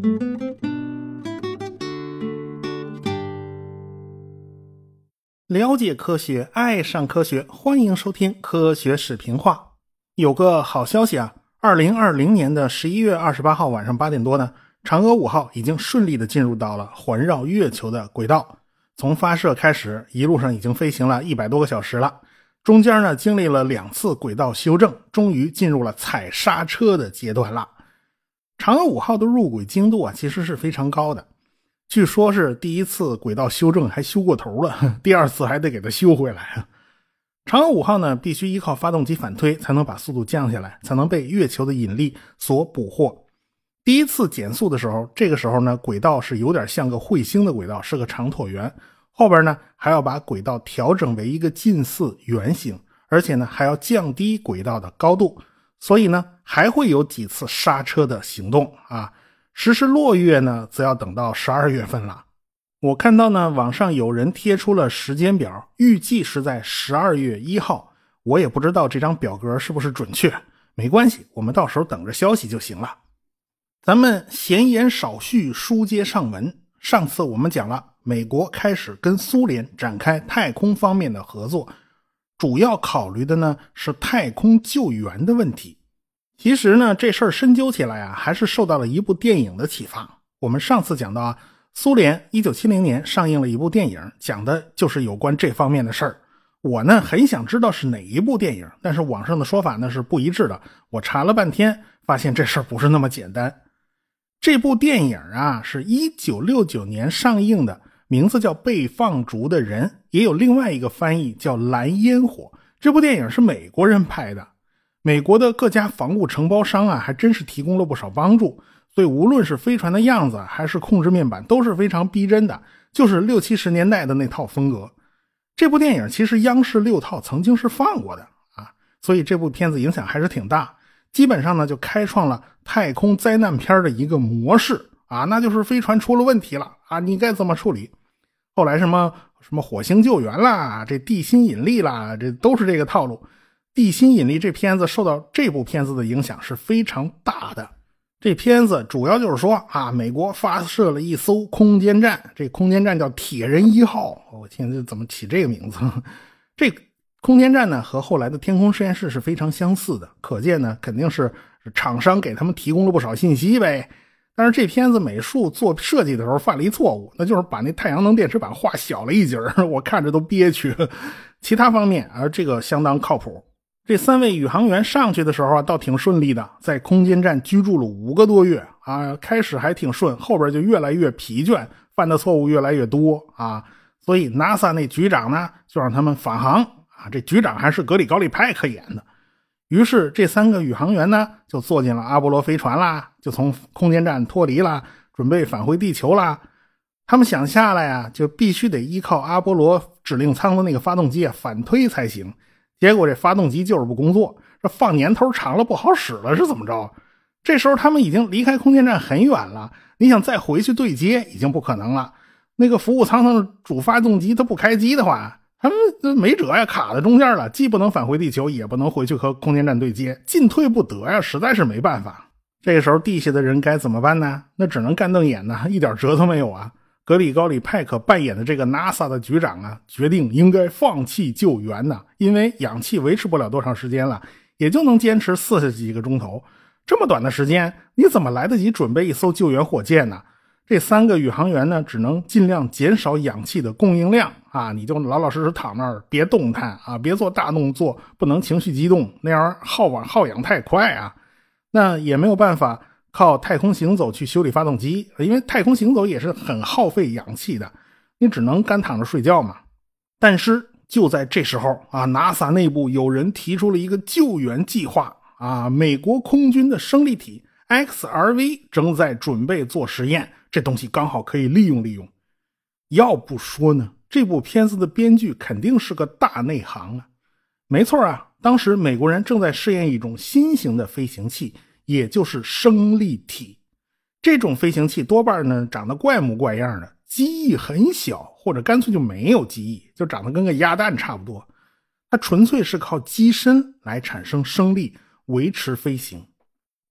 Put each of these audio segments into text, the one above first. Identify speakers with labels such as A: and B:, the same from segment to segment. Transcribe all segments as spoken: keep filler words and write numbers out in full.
A: 了解科学，爱上科学，欢迎收听科学视频化。有个好消息啊，二零二零年的十一月二十八号晚上八点多呢，嫦娥五号已经顺利的进入到了环绕月球的轨道。从发射开始，一路上已经飞行了一百多个小时了。中间呢，经历了两次轨道修正，终于进入了踩刹车的阶段了。嫦娥五号的入轨精度啊，其实是非常高的。据说是第一次轨道修正还修过头了，第二次还得给它修回来啊。嫦娥五号呢，必须依靠发动机反推才能把速度降下来，才能被月球的引力所捕获。第一次减速的时候，这个时候呢，轨道是有点像个彗星的轨道，是个长椭圆，后边呢还要把轨道调整为一个近似圆形，而且呢还要降低轨道的高度，所以呢还会有几次刹车的行动啊。实施落月呢，则要等到十二月份了。我看到呢，网上有人贴出了时间表，预计是在十二月一号。我也不知道这张表格是不是准确，没关系，我们到时候等着消息就行了。咱们闲言少叙，书接上文。上次我们讲了，美国开始跟苏联展开太空方面的合作，主要考虑的呢是太空救援的问题。其实呢，这事儿深究起来啊，还是受到了一部电影的启发。我们上次讲到啊，苏联一九七零年上映了一部电影，讲的就是有关这方面的事儿。我呢很想知道是哪一部电影，但是网上的说法呢是不一致的。我查了半天，发现这事儿不是那么简单。这部电影啊是一九六九年上映的，名字叫《被放逐的人》，也有另外一个翻译叫《蓝烟火》。这部电影是美国人拍的。美国的各家防务承包商啊，还真是提供了不少帮助，所以无论是飞船的样子还是控制面板都是非常逼真的，就是六七十年代的那套风格。这部电影其实央视六套曾经是放过的啊，所以这部片子影响还是挺大，基本上呢就开创了太空灾难片的一个模式啊，那就是飞船出了问题了啊，你该怎么处理？后来什么什么火星救援啦，这地心引力啦，这都是这个套路。地心引力这片子受到这部片子的影响是非常大的。这片子主要就是说啊，美国发射了一艘空间站，这空间站叫铁人一号，我天，这怎么起这个名字？这空间站呢和后来的天空实验室是非常相似的，可见呢肯定是厂商给他们提供了不少信息呗。但是这片子美术做设计的时候犯了一错误，那就是把那太阳能电池板画小了一截，我看着都憋屈。其他方面而这个相当靠谱。这三位宇航员上去的时候啊，倒挺顺利的，在空间站居住了五个多月啊，开始还挺顺，后边就越来越疲倦，犯的错误越来越多啊，所以 NASA 那局长呢，就让他们返航啊，这局长还是格里高利派克演的。于是这三个宇航员呢，就坐进了阿波罗飞船啦，就从空间站脱离啦，准备返回地球啦。他们想下来啊，就必须得依靠阿波罗指令舱的那个发动机啊反推才行。结果这发动机就是不工作，这放年头长了不好使了是怎么着？这时候他们已经离开空间站很远了，你想再回去对接已经不可能了。那个服务舱上的主发动机它不开机的话，他们没辙呀，卡在中间了，既不能返回地球，也不能回去和空间站对接，进退不得呀，实在是没办法。这个时候地下的人该怎么办呢？那只能干瞪眼呢，一点辙都没有啊。格里高里派克扮演的这个 NASA 的局长啊，决定应该放弃救援呢，因为氧气维持不了多长时间了，也就能坚持四十几个钟头。这么短的时间，你怎么来得及准备一艘救援火箭呢？这三个宇航员呢，只能尽量减少氧气的供应量啊，你就老老实实躺那儿，别动弹啊，别做大动作，不能情绪激动，那样耗氧耗氧太快啊。那也没有办法靠太空行走去修理发动机，因为太空行走也是很耗费氧气的，你只能干躺着睡觉嘛。但是就在这时候啊 NASA 内部有人提出了一个救援计划啊，美国空军的升力体 X R V 正在准备做实验，这东西刚好可以利用利用。要不说呢，这部片子的编剧肯定是个大内行啊。没错啊，当时美国人正在试验一种新型的飞行器，也就是升力体。这种飞行器多半呢长得怪模怪样的，机翼很小，或者干脆就没有机翼，就长得跟个鸭蛋差不多。它纯粹是靠机身来产生升力，维持飞行。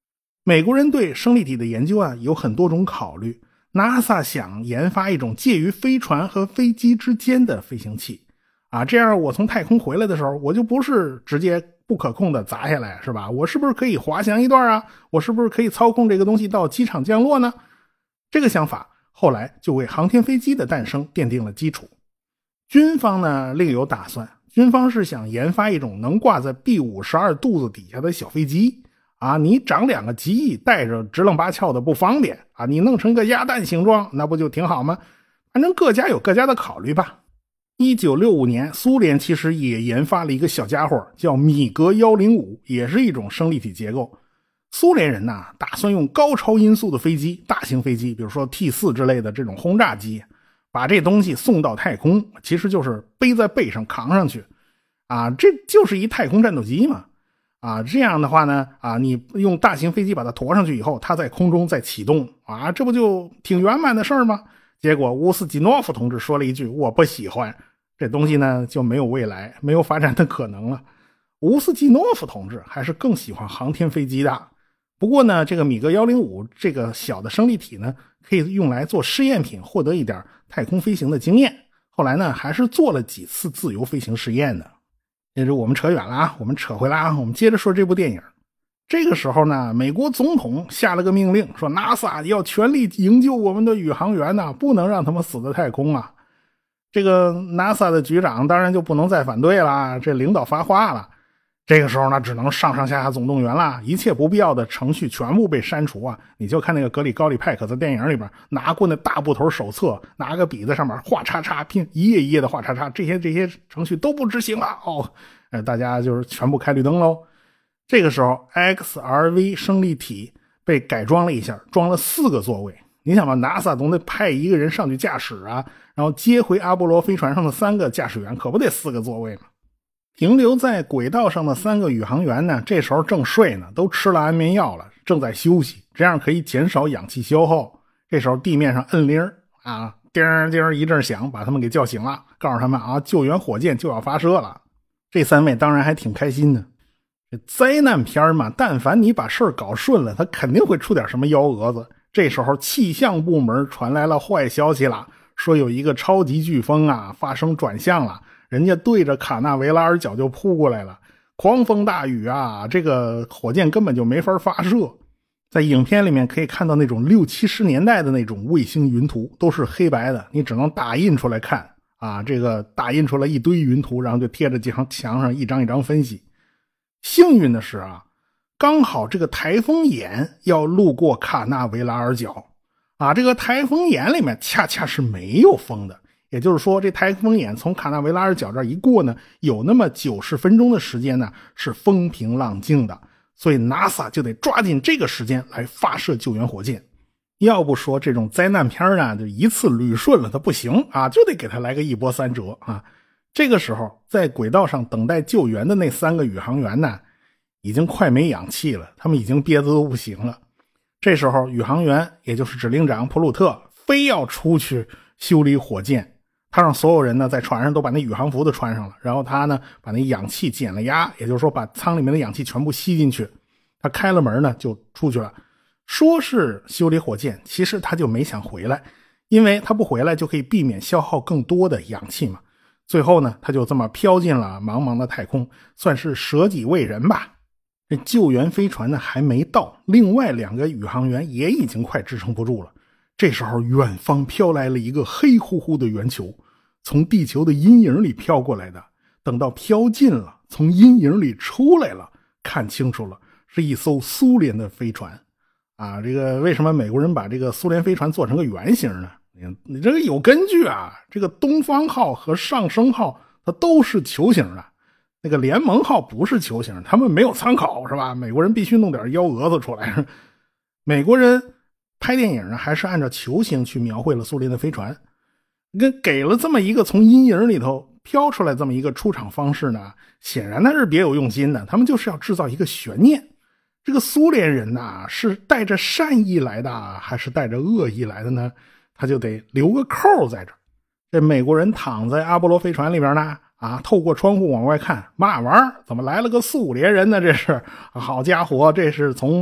A: 美国人对升力体的研究啊有很多种考虑。NASA 想研发一种介于飞船和飞机之间的飞行器啊，这样我从太空回来的时候，我就不是直接不可控的砸下来，是吧？我是不是可以滑翔一段啊？我是不是可以操控这个东西到机场降落呢？这个想法后来就为航天飞机的诞生奠定了基础。军方呢另有打算，军方是想研发一种能挂在 B 五十二 肚子底下的小飞机啊，你长两个机翼带着直愣八翘的不方便啊，你弄成一个鸭蛋形状，那不就挺好吗？反正各家有各家的考虑吧。一九六五年，苏联其实也研发了一个小家伙，叫米格一零五，也是一种升力体结构。苏联人呐，打算用高超音速的飞机，大型飞机，比如说 T 四 之类的这种轰炸机，把这东西送到太空，其实就是背在背上扛上去啊，这就是一太空战斗机嘛。啊，这样的话呢，啊，你用大型飞机把它驮上去以后，它在空中再启动，啊，这不就挺圆满的事儿吗？结果乌斯基诺夫同志说了一句：“我不喜欢。”这东西呢就没有未来，没有发展的可能了。乌斯基诺夫同志还是更喜欢航天飞机的。不过呢，这个米格一零五这个小的升力体呢，可以用来做试验品，获得一点太空飞行的经验。后来呢，还是做了几次自由飞行实验的。也是我们扯远了啊，我们扯回来啊，我们接着说这部电影。这个时候呢，美国总统下了个命令，说 NASA 要全力营救我们的宇航员呐、啊，不能让他们死在太空啊。这个 NASA 的局长当然就不能再反对了，这领导发话了。这个时候呢，只能上上下下总动员了，一切不必要的程序全部被删除啊！你就看那个格里高利派克在电影里边拿过那大部头手册，拿个笔在上面画叉叉，拼一页一页的画叉叉，这些这些程序都不执行了哦，呃，大家就是全部开绿灯喽。这个时候 X R V 升力体被改装了一下，装了四个座位。你想吧 NASA 总得派一个人上去驾驶啊，然后接回阿波罗飞船上的三个驾驶员，可不得四个座位吗？停留在轨道上的三个宇航员呢，这时候正睡呢，都吃了安眠药了，正在休息，这样可以减少氧气消耗。这时候地面上摁铃啊，叮叮一阵响，把他们给叫醒了，告诉他们啊，救援火箭就要发射了。这三位当然还挺开心的。这灾难片嘛，但凡你把事儿搞顺了，他肯定会出点什么幺蛾子。这时候气象部门传来了坏消息了，说有一个超级飓风啊发生转向了。人家对着卡纳维拉尔角就扑过来了，狂风大雨啊，这个火箭根本就没法发射。在影片里面可以看到那种六七十年代的那种卫星云图，都是黑白的，你只能打印出来看啊，这个打印出来一堆云图，然后就贴着墙墙上一张一张分析。幸运的是啊，刚好这个台风眼要路过卡纳维拉尔角啊，这个台风眼里面恰恰是没有风的。也就是说，这台风眼从卡纳维拉尔角这儿一过呢，有那么九十分钟的时间呢是风平浪静的，所以 NASA 就得抓紧这个时间来发射救援火箭。要不说这种灾难片呢，就一次捋顺了它不行啊，就得给它来个一波三折啊。这个时候，在轨道上等待救援的那三个宇航员呢，已经快没氧气了，他们已经憋得都不行了。这时候，宇航员也就是指令长普鲁特非要出去修理火箭。他让所有人呢在船上都把那宇航服都穿上了，然后他呢把那氧气减了压，也就是说把舱里面的氧气全部吸进去。他开了门呢就出去了，说是修理火箭，其实他就没想回来，因为他不回来就可以避免消耗更多的氧气嘛。最后呢他就这么飘进了茫茫的太空，算是舍己为人吧。这救援飞船呢还没到，另外两个宇航员也已经快支撑不住了。这时候远方飘来了一个黑乎乎的圆球，从地球的阴影里飘过来的，等到飘近了，从阴影里出来了，看清楚了，是一艘苏联的飞船啊！这个为什么美国人把这个苏联飞船做成个圆形呢？你这个有根据啊，这个东方号和上升号它都是球形的，那个联盟号不是球形，他们没有参考是吧？美国人必须弄点幺蛾子出来。美国人拍电影呢，还是按照球形去描绘了苏联的飞船，跟给了这么一个从阴影里头飘出来这么一个出场方式呢，显然他是别有用心的，他们就是要制造一个悬念。这个苏联人呐，是带着善意来的还是带着恶意来的呢？他就得留个扣在这儿。这美国人躺在阿波罗飞船里边呢，啊，透过窗户往外看，嘛玩意儿？怎么来了个苏联人呢？这是，好家伙，这是从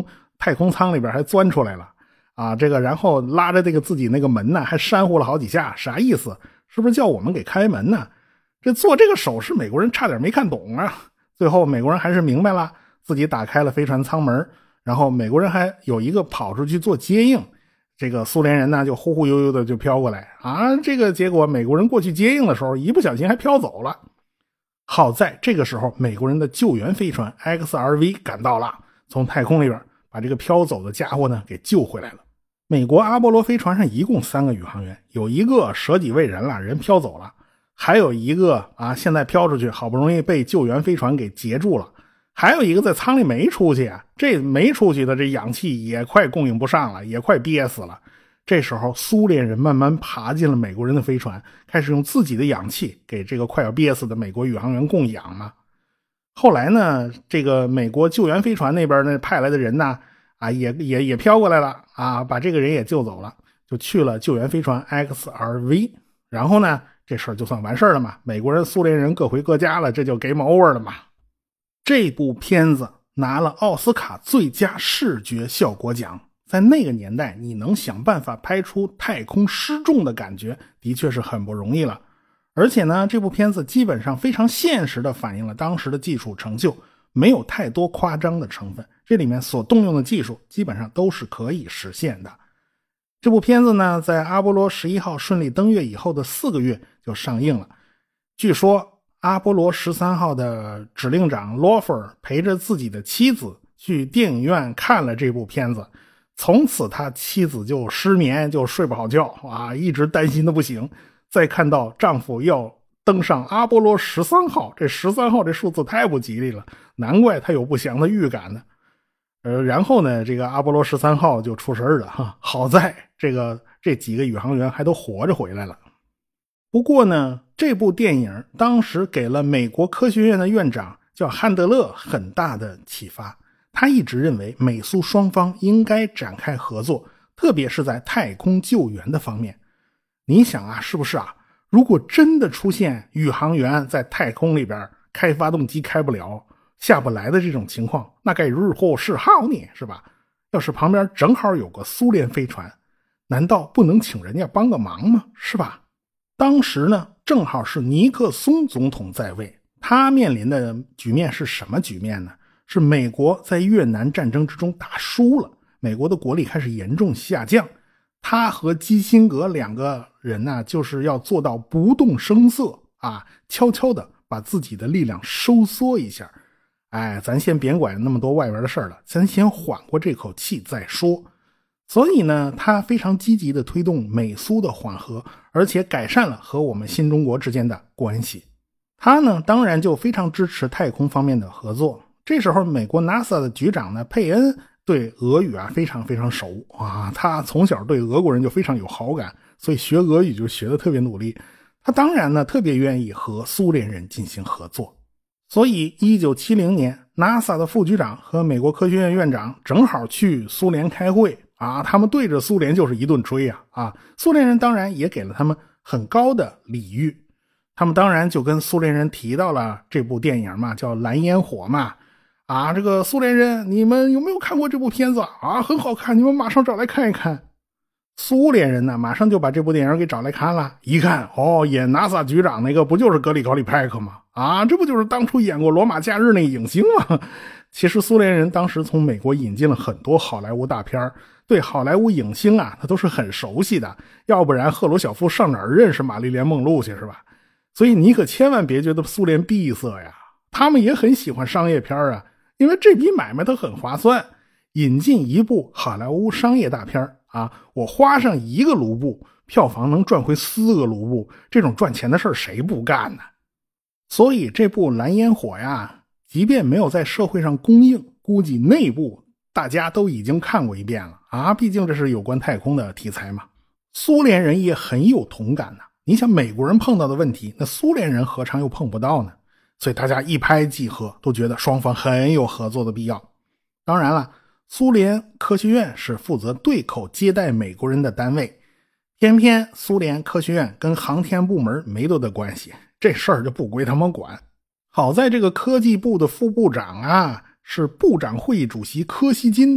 A: 太空舱里边还钻出来了啊，这个然后拉着这个自己那个门呢还扇呼了好几下，啥意思？是不是叫我们给开门呢？这做这个手势美国人差点没看懂啊。最后美国人还是明白了，自己打开了飞船舱门，然后美国人还有一个跑出去做接应，这个苏联人呢就忽忽悠悠的就飘过来啊，这个结果美国人过去接应的时候一不小心还飘走了。好在这个时候美国人的救援飞船 X R V 赶到了，从太空里边把这个飘走的家伙呢给救回来了。美国阿波罗飞船上一共三个宇航员，有一个舍己为人了，人飘走了，还有一个啊现在飘出去，好不容易被救援飞船给截住了，还有一个在舱里没出去啊，这没出去的这氧气也快供应不上了，也快憋死了。这时候苏联人慢慢爬进了美国人的飞船，开始用自己的氧气给这个快要憋死的美国宇航员供氧嘛。后来呢，这个美国救援飞船那边呢派来的人呢啊也也也飘过来了啊，把这个人也救走了，就去了救援飞船 X R V。 然后呢这事儿就算完事儿了嘛，美国人苏联人各回各家了，这就 game over 了嘛。这部片子拿了奥斯卡最佳视觉效果奖，在那个年代你能想办法拍出太空失重的感觉的确是很不容易了。而且呢这部片子基本上非常现实的反映了当时的技术成就，没有太多夸张的成分，这里面所动用的技术基本上都是可以实现的。这部片子呢在阿波罗十一号顺利登月以后的四个月就上映了。据说阿波罗十三号的指令长罗弗尔陪着自己的妻子去电影院看了这部片子，从此他妻子就失眠，就睡不好觉啊，一直担心的不行。再看到丈夫要登上阿波罗十三号，这十三号这数字太不吉利了，难怪他有不祥的预感呢。呃，然后呢，这个阿波罗十三号就出事了哈，好在这个这几个宇航员还都活着回来了。不过呢，这部电影当时给了美国科学院的院长叫汉德勒很大的启发，他一直认为美苏双方应该展开合作，特别是在太空救援的方面。你想啊，是不是啊？如果真的出现宇航员在太空里边开发动机开不了，下不来的这种情况，那该如何是好呢？是吧？要是旁边正好有个苏联飞船，难道不能请人家帮个忙吗？是吧？当时呢，正好是尼克松总统在位，他面临的局面是什么局面呢？是美国在越南战争之中打输了，美国的国力开始严重下降。他和基辛格两个人呢，就是要做到不动声色啊，悄悄的把自己的力量收缩一下。哎，咱先别管那么多外边的事儿了，咱先缓过这口气再说。所以呢，他非常积极的推动美苏的缓和，而且改善了和我们新中国之间的关系。他呢，当然就非常支持太空方面的合作。这时候，美国 NASA 的局长呢，佩恩对俄语啊非常非常熟啊，他从小对俄国人就非常有好感，所以学俄语就学得特别努力。他当然呢，特别愿意和苏联人进行合作。所以一九七零年 NASA 的副局长和美国科学院院长正好去苏联开会啊，他们对着苏联就是一顿吹啊啊！苏联人当然也给了他们很高的礼遇，他们当然就跟苏联人提到了这部电影嘛，叫《蓝烟火》嘛。啊，这个苏联人，你们有没有看过这部片子啊？很好看，你们马上找来看一看。苏联人呢，马上就把这部电影给找来看了，一看，哦，演 NASA 局长那个不就是格里高里派克吗？啊，这不就是当初演过《罗马假日》那个影星吗？其实苏联人当时从美国引进了很多好莱坞大片，对好莱坞影星啊，他都是很熟悉的，要不然赫鲁晓夫上哪儿认识玛丽莲梦露去是吧？所以你可千万别觉得苏联闭塞呀，他们也很喜欢商业片啊，因为这笔买卖它很划算。引进一部好莱坞商业大片啊，我花上一个卢布，票房能赚回四个卢布，这种赚钱的事儿谁不干呢？所以这部蓝烟火呀，即便没有在社会上公映，估计内部大家都已经看过一遍了啊，毕竟这是有关太空的题材嘛。苏联人也很有同感呢，你想美国人碰到的问题，那苏联人何尝又碰不到呢？所以大家一拍即合，都觉得双方很有合作的必要。当然了，苏联科学院是负责对口接待美国人的单位，偏偏苏联科学院跟航天部门没多大关系，这事儿就不归他们管。好在这个科技部的副部长啊，是部长会议主席柯西金的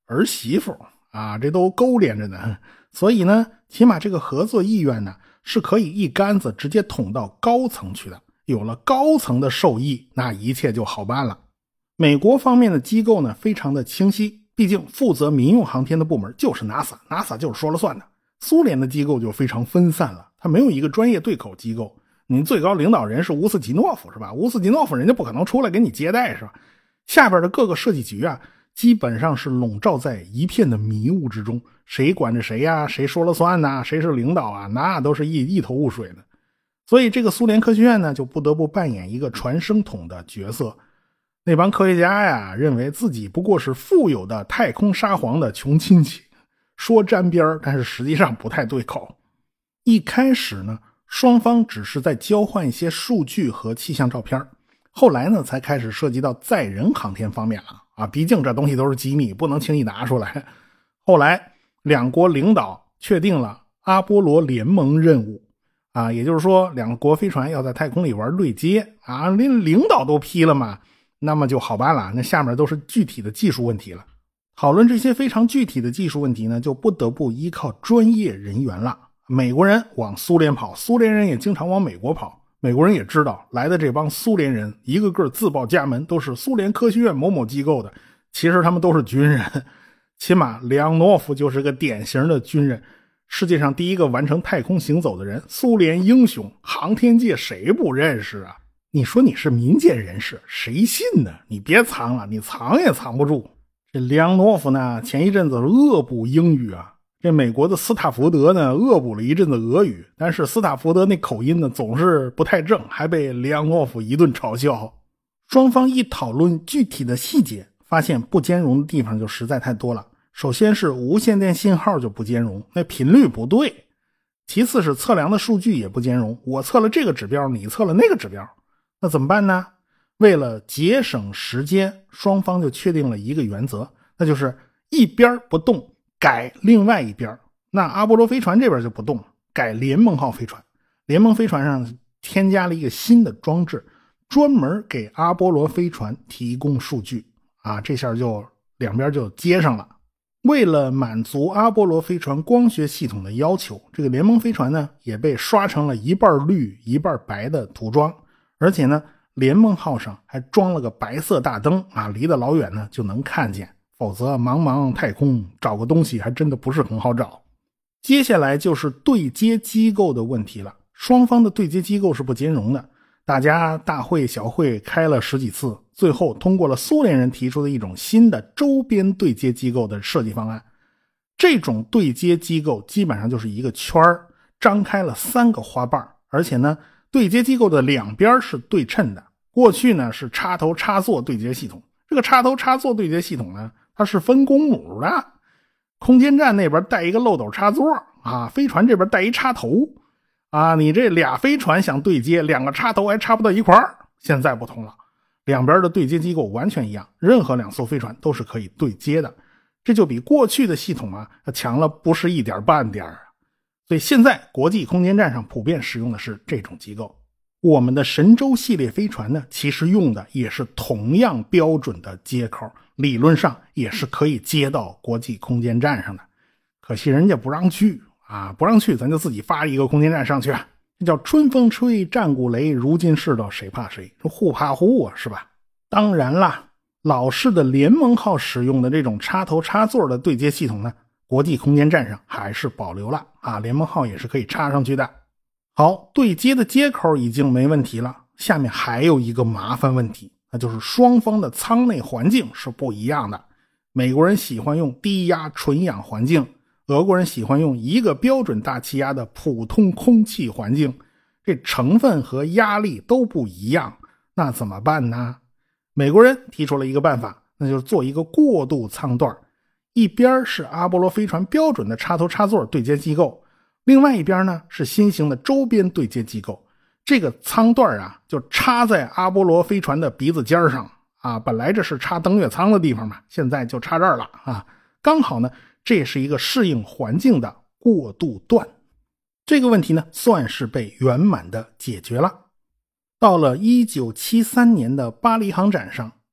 A: 儿媳妇啊，这都勾连着呢。所以呢，起码这个合作意愿呢，是可以一竿子直接捅到高层去的。有了高层的授意，那一切就好办了。美国方面的机构呢，非常的清晰，毕竟负责民用航天的部门就是 NASA，NASA 就是说了算的。苏联的机构就非常分散了，它没有一个专业对口机构。你最高领导人是乌斯吉诺夫是吧？乌斯吉诺夫人家不可能出来给你接待是吧？下边的各个设计局啊，基本上是笼罩在一片的迷雾之中，谁管着谁呀、啊？谁说了算呐、啊？谁是领导啊？那都是一一头雾水的。所以这个苏联科学院呢，就不得不扮演一个传声筒的角色。那帮科学家呀，认为自己不过是富有的太空沙皇的穷亲戚，说沾边但是实际上不太对口。一开始呢，双方只是在交换一些数据和气象照片，后来呢，才开始涉及到载人航天方面了啊，毕竟这东西都是机密，不能轻易拿出来。后来两国领导确定了阿波罗联盟任务啊，也就是说两国飞船要在太空里玩对接啊，连领导都批了嘛，那么就好办了，那下面都是具体的技术问题了。讨论这些非常具体的技术问题呢，就不得不依靠专业人员了。美国人往苏联跑，苏联人也经常往美国跑。美国人也知道来的这帮苏联人一个个自报家门，都是苏联科学院某某机构的，其实他们都是军人。起码列昂诺夫就是个典型的军人，世界上第一个完成太空行走的人，苏联英雄，航天界谁不认识啊？你说你是民间人士，谁信呢？你别藏了，你藏也藏不住。这列昂诺夫呢，前一阵子恶补英语啊，这美国的斯塔福德呢，恶补了一阵子俄语，但是斯塔福德那口音呢，总是不太正，还被列昂诺夫一顿嘲笑。双方一讨论具体的细节，发现不兼容的地方就实在太多了。首先是无线电信号就不兼容，那频率不对。其次是测量的数据也不兼容，我测了这个指标，你测了那个指标，那怎么办呢？为了节省时间，双方就确定了一个原则，那就是一边不动，改另外一边。那阿波罗飞船这边就不动，改联盟号飞船。联盟飞船上添加了一个新的装置，专门给阿波罗飞船提供数据啊，这下就两边就接上了。为了满足阿波罗飞船光学系统的要求，这个联盟飞船呢也被刷成了一半绿一半白的涂装，而且呢联盟号上还装了个白色大灯啊，离得老远呢就能看见，否则茫茫太空找个东西还真的不是很好找。接下来就是对接机构的问题了，双方的对接机构是不兼容的，大家大会小会开了十几次，最后通过了苏联人提出的一种新的周边对接机构的设计方案。这种对接机构基本上就是一个圈儿，张开了三个花瓣，而且呢对接机构的两边是对称的。过去呢是插头插座对接系统，这个插头插座对接系统呢它是分公母的，空间站那边带一个漏斗插座啊，飞船这边带一插头啊，你这俩飞船想对接，两个插头还插不到一块儿。现在不同了，两边的对接机构完全一样，任何两艘飞船都是可以对接的，这就比过去的系统啊强了不是一点半点儿。所以现在国际空间站上普遍使用的是这种机构。我们的神舟系列飞船呢，其实用的也是同样标准的接口，理论上也是可以接到国际空间站上的，可惜人家不让去啊，不让去咱就自己发一个空间站上去啊，这叫春风吹战鼓擂，如今世道谁怕谁，互怕互啊，是吧？当然啦，老式的联盟号使用的这种插头插座的对接系统呢，国际空间站上还是保留了啊，联盟号也是可以插上去的。好，对接的接口已经没问题了，下面还有一个麻烦问题，那就是双方的舱内环境是不一样的。美国人喜欢用低压纯氧环境，俄国人喜欢用一个标准大气压的普通空气环境，这成分和压力都不一样，那怎么办呢？美国人提出了一个办法，那就是做一个过渡舱段，一边是阿波罗飞船标准的插头插座对接机构，另外一边呢是新型的周边对接机构。这个舱段啊就插在阿波罗飞船的鼻子尖上啊，本来这是插登月舱的地方嘛，现在就插这儿了啊，刚好呢这是一个适应环境的过渡段。这个问题呢算是被圆满的解决了。到了一九七三年的巴黎航展上，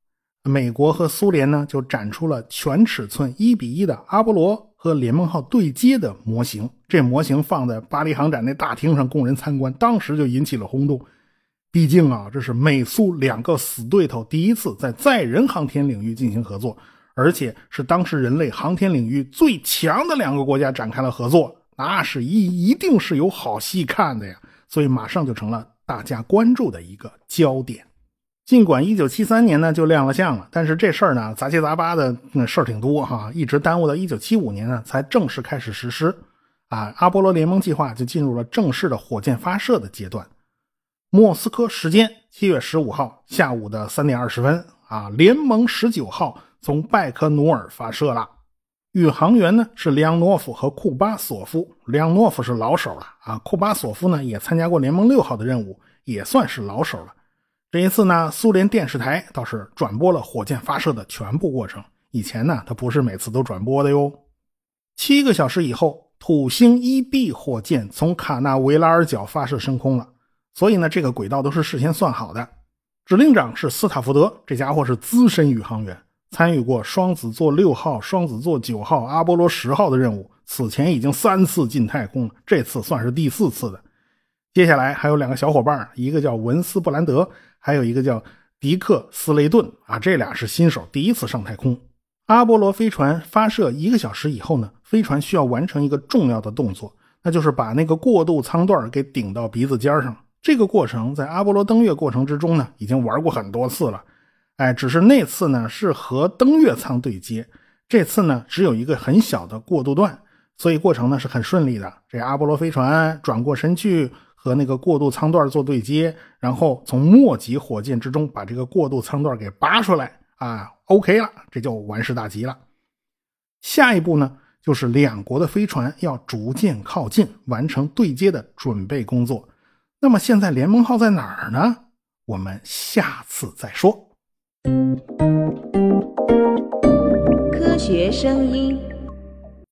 A: 美国和苏联呢就展出了全尺寸一比一的阿波罗和联盟号对接的模型，这模型放在巴黎航展那大厅上供人参观，当时就引起了轰动。毕竟啊，这是美苏两个死对头第一次在载人航天领域进行合作，而且是当时人类航天领域最强的两个国家展开了合作，那是一一定是有好戏看的呀，所以马上就成了大家关注的一个焦点。尽管一九七三年呢就亮了相了，但是这事儿呢杂七杂八的事儿挺多哈，一直耽误到一九七五年呢才正式开始实施啊，阿波罗联盟计划就进入了正式的火箭发射的阶段。莫斯科时间七月十五号下午的三点二十分啊，联盟十九号从拜科努尔发射了。宇航员呢是列昂诺夫和库巴索夫，列昂诺夫是老手了啊，库巴索夫呢也参加过联盟六号的任务，也算是老手了。这一次呢，苏联电视台倒是转播了火箭发射的全部过程，以前呢它不是每次都转播的哟。七个小时以后，土星一 B 火箭从卡纳维拉尔角发射升空了。所以呢，这个轨道都是事先算好的。指令长是斯塔福德，这家伙是资深宇航员，参与过双子座六号、双子座九号、阿波罗十号的任务，此前已经三次进太空了，这次算是第四次的。接下来还有两个小伙伴，一个叫文斯布兰德，还有一个叫迪克斯雷顿啊，这俩是新手，第一次上太空。阿波罗飞船发射一个小时以后呢，飞船需要完成一个重要的动作，那就是把那个过渡舱段给顶到鼻子尖上。这个过程在阿波罗登月过程之中呢，已经玩过很多次了。哎，只是那次呢是和登月舱对接，这次呢只有一个很小的过渡段，所以过程呢是很顺利的。这阿波罗飞船转过身去和那个过渡舱段做对接，然后从末级火箭之中把这个过渡舱段给拔出来啊 ，OK 了，这就完事大吉了。下一步呢，就是两国的飞船要逐渐靠近，完成对接的准备工作。那么现在联盟号在哪儿呢？我们下次再说。
B: 科学声音。